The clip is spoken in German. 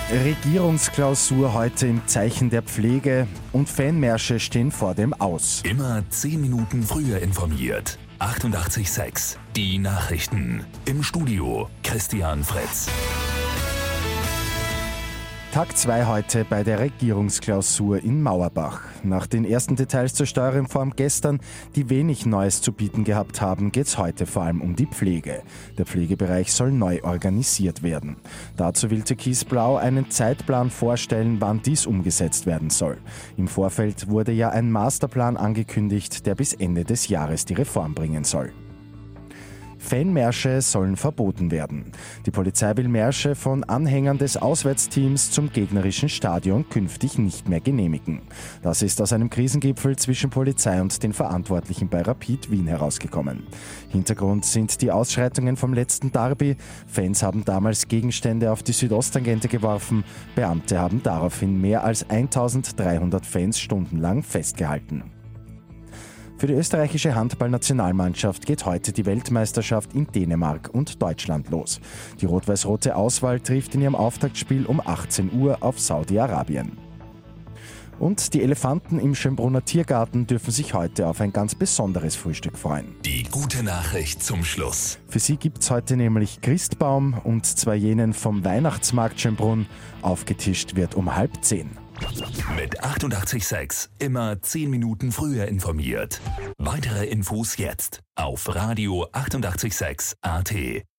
Regierungsklausur heute im Zeichen der Pflege und Fanmärsche stehen vor dem Aus. Immer 10 Minuten früher informiert. 88,6. Die Nachrichten. Im Studio Christian Fritz. Tag 2 heute bei der Regierungsklausur in Mauerbach. Nach den ersten Details zur Steuerreform gestern, die wenig Neues zu bieten gehabt haben, geht es heute vor allem um die Pflege. Der Pflegebereich soll neu organisiert werden. Dazu will Türkisblau einen Zeitplan vorstellen, wann dies umgesetzt werden soll. Im Vorfeld wurde ja ein Masterplan angekündigt, der bis Ende des Jahres die Reform bringen soll. Fanmärsche sollen verboten werden. Die Polizei will Märsche von Anhängern des Auswärtsteams zum gegnerischen Stadion künftig nicht mehr genehmigen. Das ist aus einem Krisengipfel zwischen Polizei und den Verantwortlichen bei Rapid Wien herausgekommen. Hintergrund sind die Ausschreitungen vom letzten Derby. Fans haben damals Gegenstände auf die Südosttangente geworfen. Beamte haben daraufhin mehr als 1300 Fans stundenlang festgehalten. Für die österreichische Handballnationalmannschaft geht heute die Weltmeisterschaft in Dänemark und Deutschland los. Die rot-weiß-rote Auswahl trifft in ihrem Auftaktspiel um 18 Uhr auf Saudi-Arabien. Und die Elefanten im Schönbrunner Tiergarten dürfen sich heute auf ein ganz besonderes Frühstück freuen. Die gute Nachricht zum Schluss. Für sie gibt's heute nämlich Christbaum, und zwar jenen vom Weihnachtsmarkt Schönbrunn. Aufgetischt wird um 9:30. Mit 88,6 immer 10 Minuten früher informiert. Weitere Infos jetzt auf Radio 88,6 AT.